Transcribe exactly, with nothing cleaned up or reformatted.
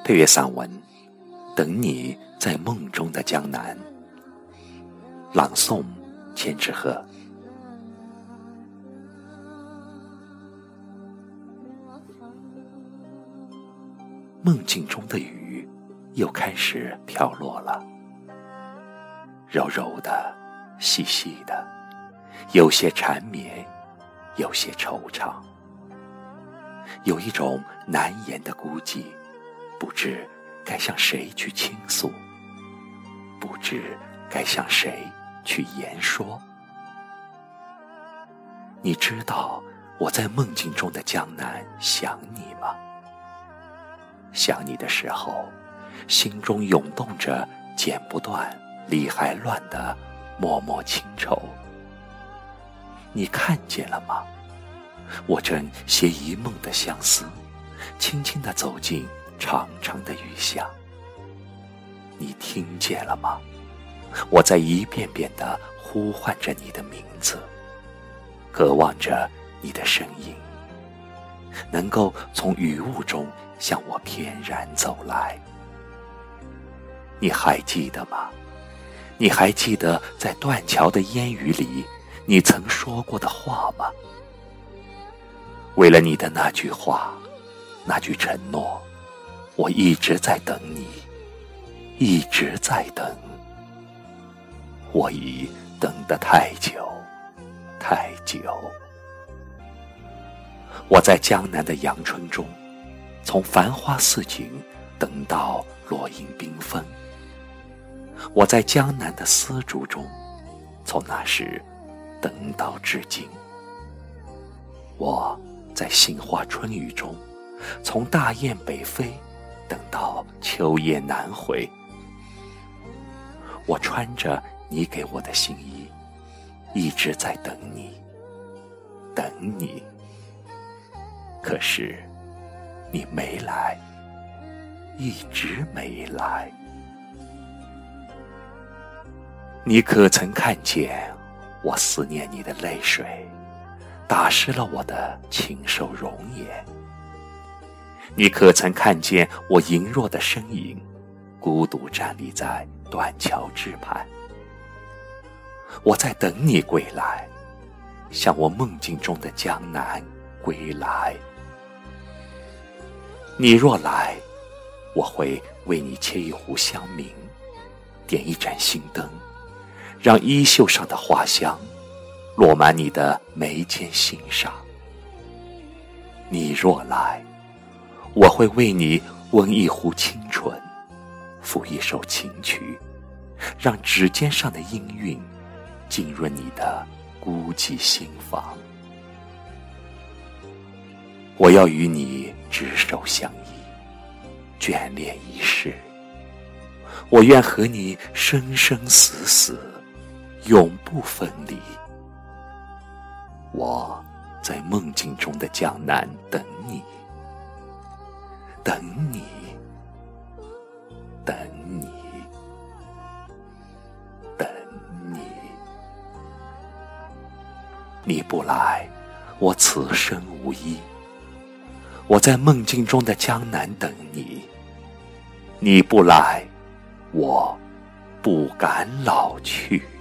配乐散文《等你在梦中的江南》，朗诵千纸鹤。梦境中的雨又开始飘落了，柔柔的，细细的，有些缠绵，有些惆怅，有一种难言的孤寂，不知该向谁去倾诉，不知该向谁去言说。你知道我在梦境中的江南想你吗？想你的时候，心中涌动着剪不断理还乱的脉脉情愁。你看见了吗？我正携一梦的相思，轻轻地走进长长的雨巷。你听见了吗？我在一遍遍地呼唤着你的名字，渴望着你的声音能够从雨雾中向我翩然走来。你还记得吗？你还记得在断桥的烟雨里你曾说过的话吗？为了你的那句话，那句承诺，我一直在等你，一直在等。我已等得太久太久。我在江南的阳春中，从繁花似锦等到落英缤纷。我在江南的丝竹中，从那时等到至今。我在杏花春雨中，从大雁北飞等到秋夜难回。我穿着你给我的新衣，一直在等你，等你。可是你没来，一直没来。你可曾看见我思念你的泪水，打湿了我的清瘦容颜？你可曾看见我羸弱的身影，孤独站立在断桥之畔？我在等你归来，向我梦境中的江南归来。你若来，我会为你切一壶香茗，点一盏心灯，让衣袖上的花香落满你的眉间心上。你若来，我会为你温一壶清纯，抚一首琴曲，让指尖上的音韵浸润你的孤寂心房。我要与你执手相依，眷恋一世。我愿和你生生死死，永不分离。我在梦境中的江南等你，等你，等你，等你。你不来，我此生无依。我在梦境中的江南等你，你不来，我不敢老去。